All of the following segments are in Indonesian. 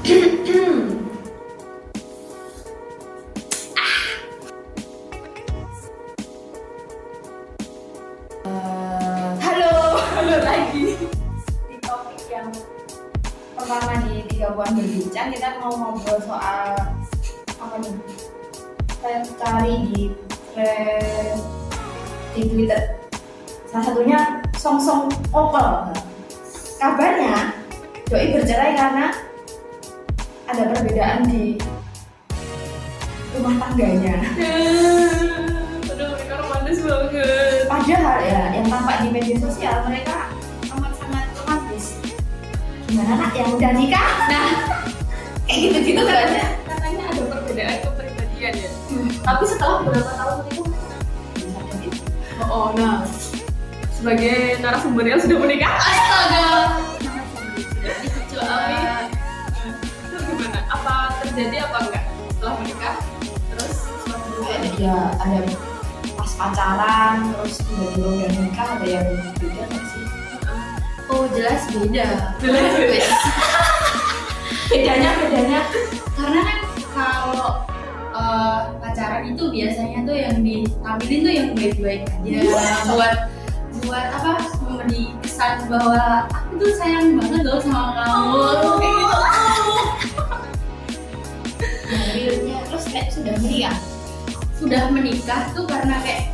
Halo lagi. Di topik yang pertama di 3 bulan berbincang, kita mau ngobrol soal apa nih? Saya cari di Twitter. Salah satunya Song Opel. Kabarnya doi bercerai karena ada perbedaan di rumah tangganya. Aduh, mereka romantis banget. Padahal ya, yang tampak di media sosial mereka amat sangat romantis. Gimana nak yang udah nikah? Nah, kayak gitu-gitu Katanya ada perbedaan kepribadian ya. Tapi setelah beberapa tahun itu nah sebagai narasumber yang sudah menikah, astaga. Itu gimana? Apa terjadi apa enggak setelah menikah? Terus ya ada pas pacaran, terus tiba-tiba udah nikah, ada yang beda nggak sih? Oh jelas beda. Bedanya Karena kan kalau pacaran itu biasanya tuh yang ditampilin tuh yang baik-baik aja, buat apa, memberi kesan bahwa aku tuh sayang banget loh sama kamu, kayak gitu. Nah, realnya terus kayak Sudah menikah tuh karena kayak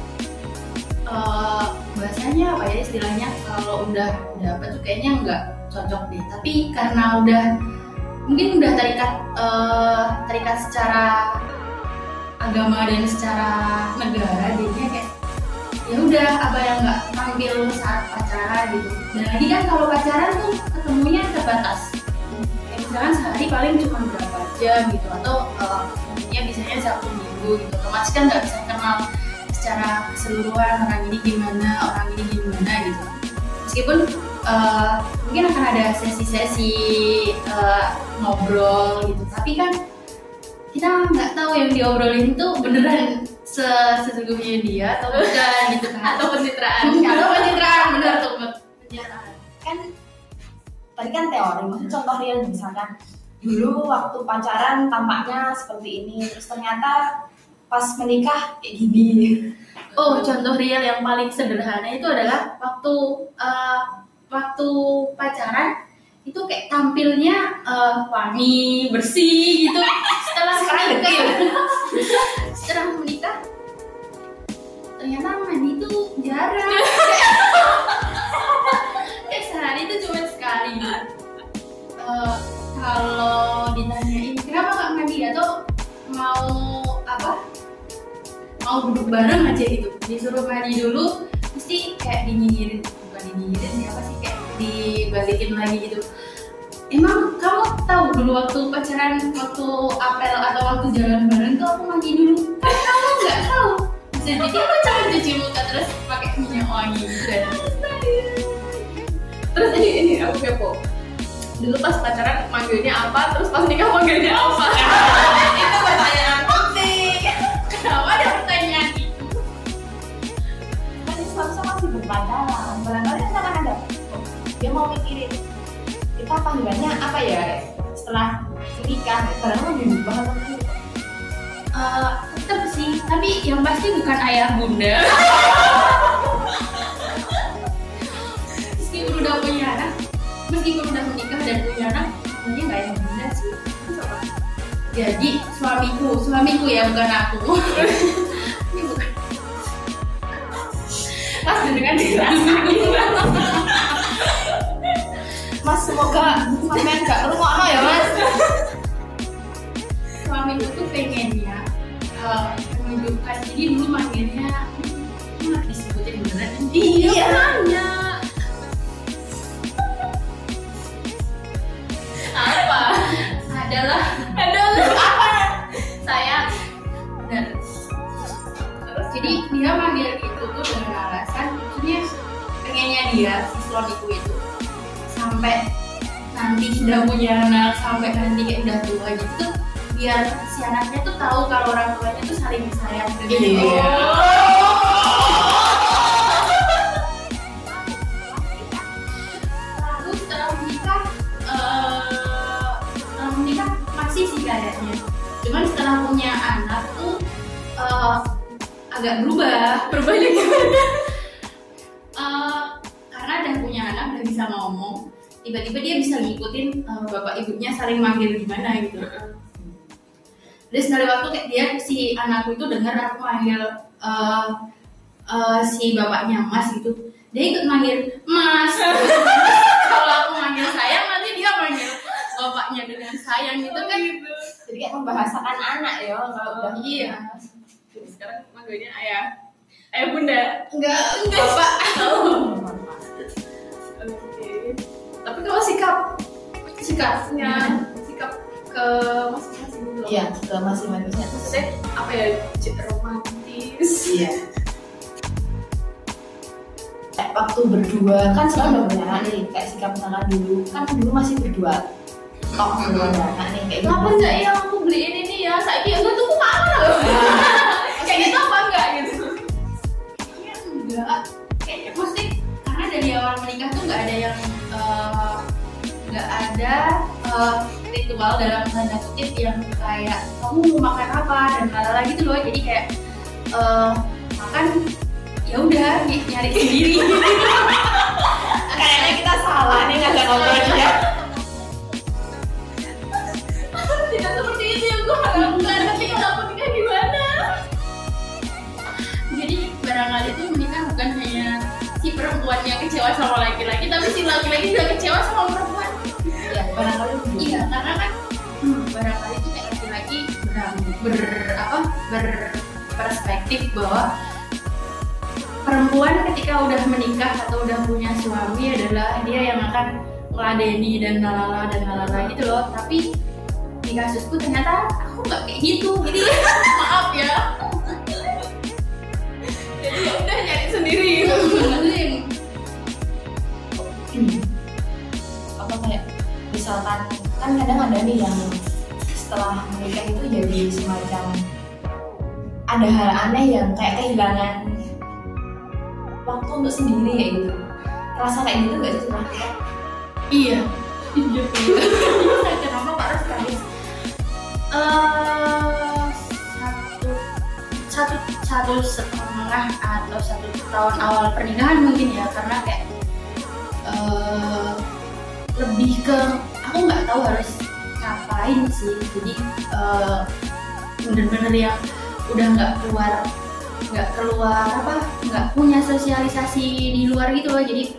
bahasanya apa ya, istilahnya kalau udah dapet tuh kayaknya nggak cocok deh. Tapi karena mungkin udah terikat secara agama dan secara negara, jadinya kayak ya udah apa yang nggak tampil saat pacaran gitu. Dan lagi kan kalau pacaran tuh ketemunya terbatas, kayak misalkan sehari paling cuma berapa jam gitu, atau ya biasanya Sabtu Minggu gitu. Otomatis kan nggak bisa kenal secara keseluruhan orang ini gimana gitu. Meskipun mungkin akan ada sesi-sesi ngobrol gitu, tapi kan kita nggak tahu yang diobrolin tuh beneran sesungguhnya dia atau bukan gitu kan. atau pencitraan, benar tuh pencitraan. Kan tadi kan teori, maksudnya contoh real misalkan dulu waktu pacaran tampaknya seperti ini, terus ternyata pas menikah kayak gini. Oh, contoh real yang paling sederhana itu adalah waktu pacaran itu kayak tampilnya wangi, bersih gitu. Setelah menikah ternyata mandi itu jarang. Kayak sehari itu cuma sekali. Kalau ditanyain kenapa nggak mandi atau mau duduk bareng aja gitu, disuruh mandi dulu mesti kayak bukan dinyinyirin siapa sih, kayak dibalikin lagi gitu. Emang kamu tahu dulu waktu pacaran, waktu apel atau waktu jalan bareng tuh aku mandi dulu? Kan kamu nggak tahu. Jadi aku cuma cuci muka terus pakai minyak wangi dan terus ini aku kepo. Dulu pas pacaran manggilnya apa, terus pas nikah manggilnya apa? Itu pertanyaan penting. kenapa ada pertanyaan itu? Kan Islam masih berpacaran, barangkali akan ada. Dia mau mikirin kita panggilannya apa ya setelah nikah, barangkali mau diubah atau tidak? Tetap sih, tapi yang pasti bukan ayah bunda. Meskipun udah menikah dan punya anak, namanya nggak ayah bunda sih. Jadi suamiku ya, bukan aku. Ini bukan. Mas dengan dirasain. Mas semoga sampean gak ngrungokno ya Mas. Suamiku tuh pengennya menunjukkan, jadi dulu manggilnya disebutin beneran. Iya. Nanya. Apa? Adalah Apa? sayang. Bener. Terus jadi dia manggil itu tuh dengan alasan, maksudnya pengennya dia si suamiku itu sampai nanti sudah punya anak, sampai nanti kayak udah tua gitu, biar si anaknya tuh tahu kalau orang tuanya tuh saling sayang gitu. Iya. Lalu setelah menikah masih sih kayaknya. Cuman setelah punya anak tuh agak berubahnya gimana? Karena udah punya anak, udah bisa ngomong, tiba-tiba dia bisa ngikutin bapak ibunya saling manggil gimana gitu. Terus dari waktu kayak dia si anakku itu dengar aku manggil si bapaknya Mas gitu, dia ikut manggil Mas. Kalau aku manggil sayang, nanti dia manggil bapaknya dengan sayang gitu kan. Jadi kayak membahasakan anak ya kalau udah. Iya. Sekarang manggilnya ayah bunda. Enggak bapak. Oke. Tapi kalau sikapnya sikap ke masing-masing gitu. Iya, ke masing-masing. Maksudnya apa ya, romantis. Iya. Kayak waktu berdua kan selalu udah punya anak nih, kayak sikap misalkan dulu masih berdua. Tok belum ada anak nih kayak Kenapa gitu. enggak ya aku beliin ini ya, saya enggak tuh mana loh. Kayak gitu apa enggak gitu? Kayaknya enggak. Kayaknya pasti karena dari awal menikah tuh nggak ada yang ritual dalam tanda kutip yang kayak kamu mau makan apa dan lalala gitu loh. Jadi kayak makan ya udah nyari sendiri. Kayaknya kita salah nih ngajak ngobrol dia. Tidak seperti itu yang gue harapkan, tapi kalau menikah gimana? Jadi barangkali tuh menikah bukan hanya si perempuan yang kecewa sama laki-laki, tapi si laki-laki juga kecewa sama perempuan. Iya, barangkali begitu. Iya, karena kan barangkali itu kayak laki-laki berperspektif bahwa perempuan ketika udah menikah atau udah punya suami adalah dia yang akan meladeni dan lalala gitu loh. Tapi di kasusku ternyata aku nggak kayak gitu. Jadi maaf ya. Jadi ya udah nyari sendiri gitu. Apa kayak misalkan kan kadang ada nih yang setelah menikah itu jadi semacam ada hal aneh yang kayak kehilangan waktu untuk sendiri kayak gitu. Rasa kayak gitu nggak sih pernah? Iya. Kenapa Pak Ros tadi? Satu setengah atau 1 tahun awal pernikahan mungkin ya, karena kayak lebih ke aku nggak tahu harus ngapain sih. Jadi bener-bener yang udah nggak punya sosialisasi di luar gitu loh. Jadi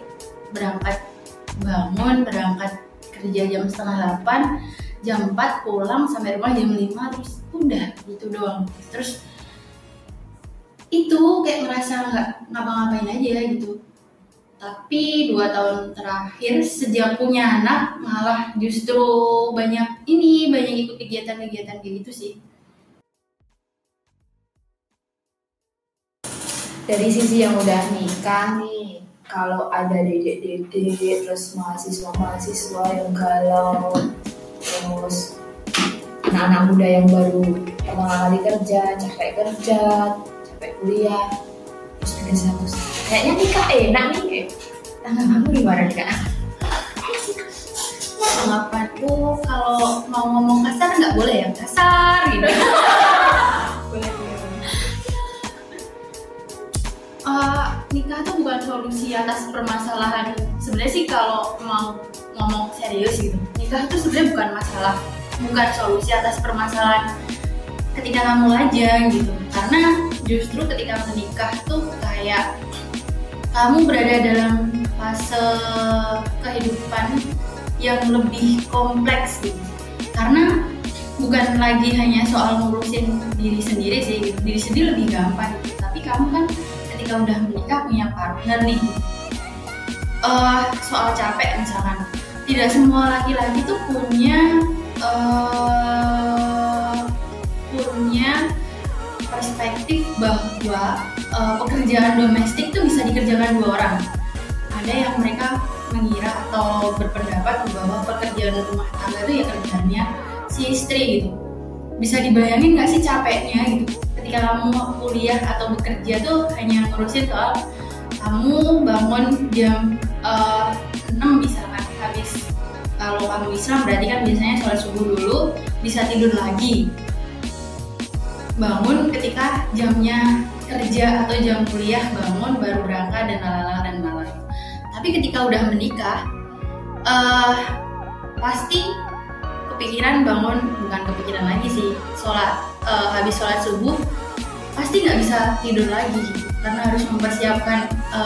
berangkat kerja jam 7:30, jam 4 pulang sampai rumah jam 5, terus udah gitu doang. Terus itu kayak merasa nggak ngapa-ngapain aja gitu. Tapi 2 tahun terakhir sejak punya anak malah justru banyak ikut kegiatan-kegiatan kayak gitu sih. Dari sisi yang udah nikah nih, kalau ada dedek-dedek terus mahasiswa yang galau, terus anak-anak muda yang baru pertama kali kerja, capek kuliah, terus bikin status kayaknya nikah enak nih, tanggapanmu gimana nih Kak? Tanggapanku kalau mau ngomong kasar nggak boleh ya, kasar gitu. Nikah tuh bukan solusi atas permasalahan. Sebenarnya sih kalau mau ngomong serius gitu, nikah tuh sebenarnya bukan solusi atas permasalahan ketika kamu lajang gitu. Karena justru ketika menikah tuh kayak kamu berada dalam fase kehidupan yang lebih kompleks gitu. Karena bukan lagi hanya soal ngurusin diri sendiri sih, gitu. Diri sendiri lebih gampang gitu. Tapi kamu kan ketika udah menikah punya partner nih, soal capek misalkan, tidak semua laki-laki tuh punya perspektif bahwa pekerjaan domestik tuh bisa dikerjakan 2 orang. Ada yang mereka mengira atau berpendapat bahwa pekerjaan rumah tangga itu ya kerjaannya si istri gitu. Bisa dibayangin nggak sih capeknya gitu ketika kamu kuliah atau bekerja tuh hanya ngurusin soal kamu bangun jam 6 misalkan, habis kalau kamu Islam berarti kan biasanya sholat subuh dulu, bisa tidur lagi, bangun ketika jamnya kerja atau jam kuliah, bangun baru berangkat dan lalala. Tapi ketika udah menikah, pasti kepikiran bangun, bukan kepikiran lagi sih, habis sholat subuh pasti nggak bisa tidur lagi gitu, karena harus mempersiapkan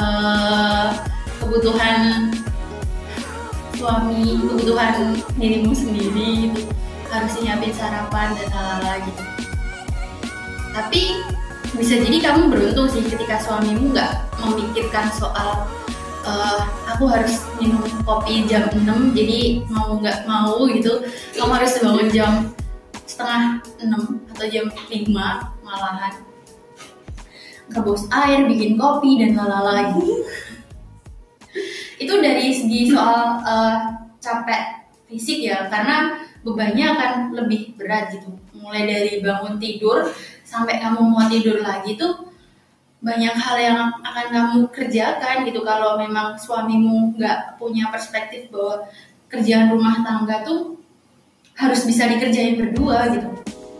kebutuhan suami, kebutuhan dirimu sendiri gitu, harus nyiapin sarapan dan lalala gitu. Tapi bisa jadi kamu beruntung sih ketika suamimu nggak memikirkan soal aku harus minum kopi jam 6, jadi mau nggak mau gitu kamu harus bangun jam setengah 6 atau jam 5 malahan, rebus air, bikin kopi dan lalala gitu. Itu dari segi soal capek fisik ya, karena bebannya akan lebih berat gitu. Mulai dari bangun tidur sampai kamu mau tidur lagi tuh banyak hal yang akan kamu kerjakan gitu. Kalau memang suamimu nggak punya perspektif bahwa kerjaan rumah tangga tuh harus bisa dikerjain berdua gitu.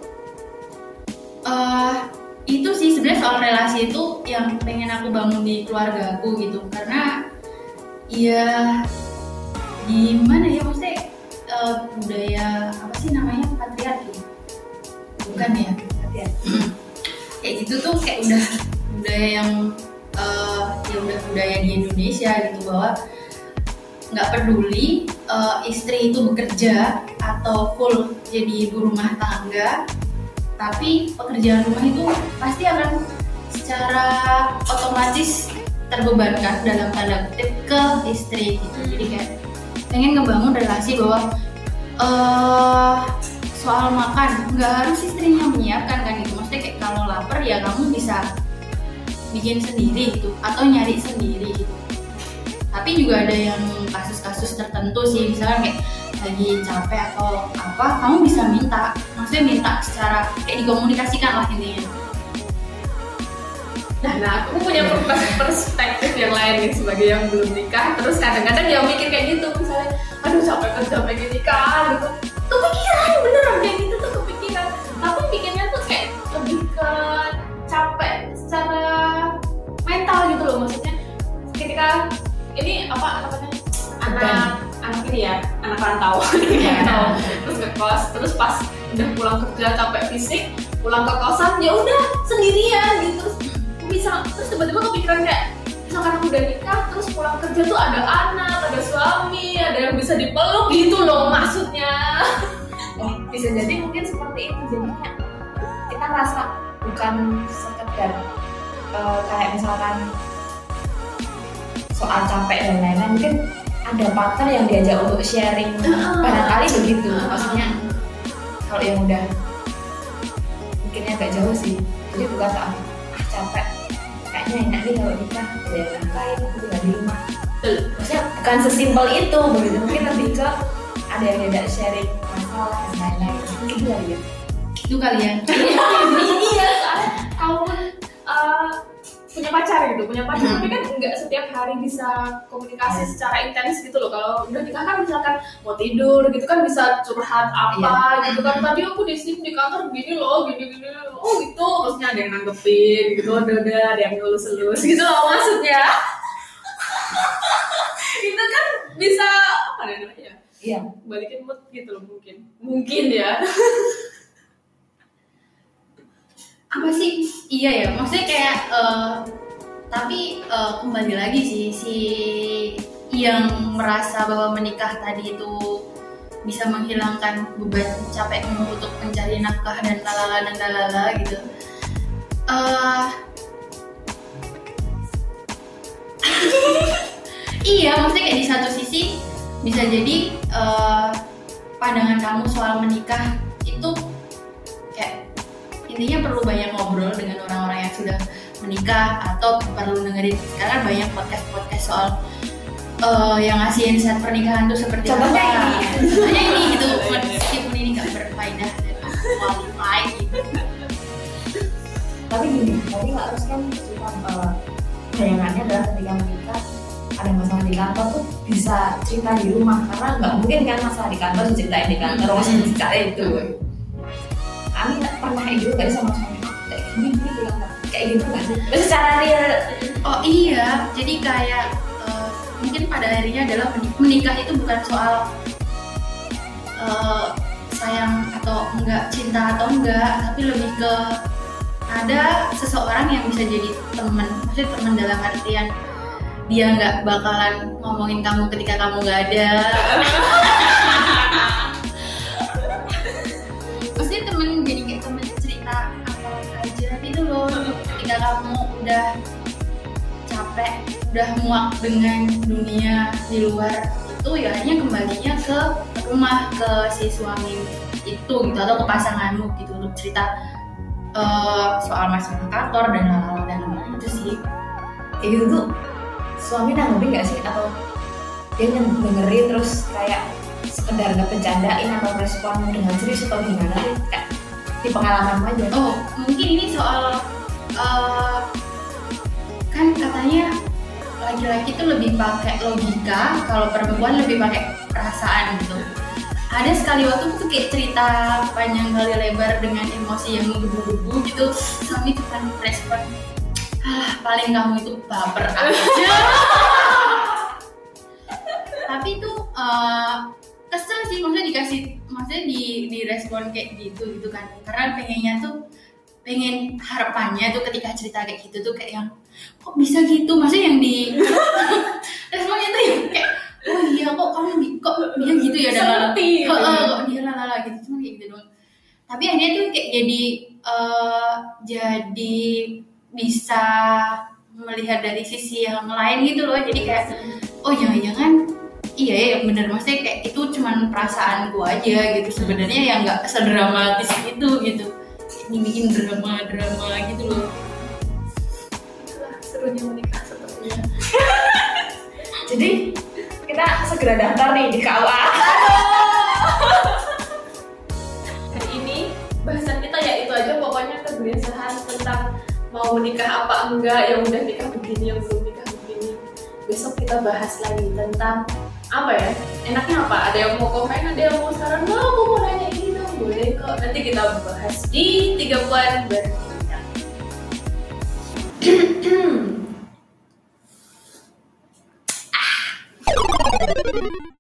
Itu sih sebenarnya soal relasi itu yang pengen aku bangun di keluarga aku gitu, karena ya gimana ya, maksudnya budaya apa sih namanya, patriarki bukan ya, kayak gitu tuh kayak udah budaya yang ya udah budaya di Indonesia gitu, bahwa nggak peduli istri itu bekerja atau full jadi ibu rumah tangga, tapi pekerjaan rumah itu pasti akan secara otomatis terbebankan dalam tanda kutip ke istri gitu. Jadi kayak pengen ngebangun relasi bahwa soal makan nggak harus istrinya menyiapkan kan gitu. Maksudnya kayak kalau lapar ya kamu bisa bikin sendiri gitu atau nyari sendiri gitu. Tapi juga ada yang kasus-kasus tertentu sih, misalnya kayak lagi capek atau apa, kamu bisa minta, maksudnya minta secara kayak dikomunikasikan lah intinya. Nah, aku punya perspektif yang lain nih sebagai yang belum nikah. Terus kadang-kadang dia mikir kayak gitu, misalnya, aduh capek kerja pengen nikah gitu. Kepikiran beneran kayak gitu tuh kepikiran. Tapi pikirnya tuh kayak lebih ke capek secara mental gitu loh, maksudnya ketika ini apa namanya anak ini ya, anak rantau, terus ngekos, terus pas udah pulang kerja capek fisik, pulang ke kosan ya udah sendirian gitu. Terus tiba-tiba kepikiran kayak misalkan aku udah nikah terus pulang kerja tuh ada anak, ada suami, ada yang bisa dipeluk gitu loh maksudnya. Bisa jadi mungkin seperti itu, jadinya kita ngerasa bukan sekedar kayak misalkan soal capek dan lain-lain, mungkin ada partner yang diajak untuk sharing, barangkali begitu. Maksudnya kalau yang udah mungkinnya agak jauh sih, jadi bukan soal capek, kayaknya enak nih kalau nikah udah ngapain, aku tinggal di rumah. Maksudnya bukan sesimpel itu begitu, mungkin lebih ke ada yang diajak sharing masalah dan lain-lain gitu lah ya. Itu kali ya. Iya, soalnya kalaupun punya pacar tapi kan nggak setiap hari bisa komunikasi secara intens gitu loh. Kalau udah nikah kan misalkan mau tidur gitu kan bisa curhat apa gitu kan, tadi aku di sini di kantor gini loh, gini oh gitu, maksudnya ada yang nanggepin gitu, ada yang ngelus-elus gitu loh maksudnya. Itu kan bisa apa namanya ya, balikin mood gitu loh, mungkin ya. Apa sih, iya ya, maksudnya kayak tapi kembali lagi sih, si yang merasa bahwa menikah tadi itu bisa menghilangkan beban capekmu untuk mencari nafkah dan lalala gitu. Iya, maksudnya kayak di satu sisi bisa jadi pandangan kamu soal menikah itu kayak intinya perlu banyak ngobrol dengan orang-orang yang sudah menikah, atau perlu dengerin sekarang banyak podcast soal yang ngasih insight pernikahan tuh seperti contohnya apa. Contohnya ini gitu, meskipun ini gak berfaedah dan qualified gitu. Tapi gini, tadi Kak Ros kan cuma bayangannya adalah ketika menikah ada masalah di kantor tuh bisa cerita di rumah, karena nggak mungkin kan masalah di kantor diceritain di kantor, masih dicari itu. Ami pernah itu nggak sama suami aku kayak gini bilang nggak kayak gitu nggak sih? Terus secara real Oh iya, jadi kayak mungkin pada akhirnya adalah menikah itu bukan soal sayang atau enggak, cinta atau enggak, tapi lebih ke ada seseorang yang bisa jadi teman, maksudnya teman dalam artian dia nggak bakalan ngomongin kamu ketika kamu nggak ada. Maksudnya temen, jadi kayak temen cerita apa aja gitu loh. Ketika kamu udah capek, udah muak dengan dunia di luar itu, ya hanya kembalinya ke rumah, ke si suami itu gitu, atau ke pasanganmu gitu, untuk cerita soal masalah kantor dan hal-hal dan itu sih. kayak gitu tuh suami nanggepin nggak sih atau dia dengerin terus kayak sekedar nggak bercandain atau respon dengan serius atau gimana sih kayak di pengalaman aja? Oh mungkin ini soal kan katanya laki-laki tuh lebih pakai logika, kalau perempuan lebih pakai perasaan gitu. Ada sekali waktu tuh kayak cerita panjang kali lebar dengan emosi yang menggebu-gebu gitu, suami tuh kan respon, paling kamu itu baper aja. Tapi itu kesel sih, maksudnya di respon kayak gitu kan, karena pengen harapannya tuh ketika cerita kayak gitu tuh kayak yang kok bisa gitu, maksudnya yang di responnya tuh yang kayak oh iya kok dia gitu ya, kok dia lalala gitu, cuma kayak gitu doang. Tapi akhirnya tuh kayak jadi bisa melihat dari sisi yang lain gitu loh, jadi kayak oh jangan-jangan iya ya bener, maksudnya kayak itu cuman perasaanku aja gitu, sebenarnya ya nggak sedramatis itu gitu, dibikin drama gitu loh. Itulah serunya menikah sepertinya. Jadi kita segera daftar nih di KUA. Hari ini bahasan kita ya itu aja, pokoknya kegelisahan tentang mau nikah apa enggak, yang udah nikah begini, yang belum nikah begini. Besok kita bahas lagi tentang apa ya, enaknya apa, ada yang mau komen, ada yang mau saran, aku mau nanya ini dong, boleh kok, nanti kita bahas di 3 bulan berikutnya.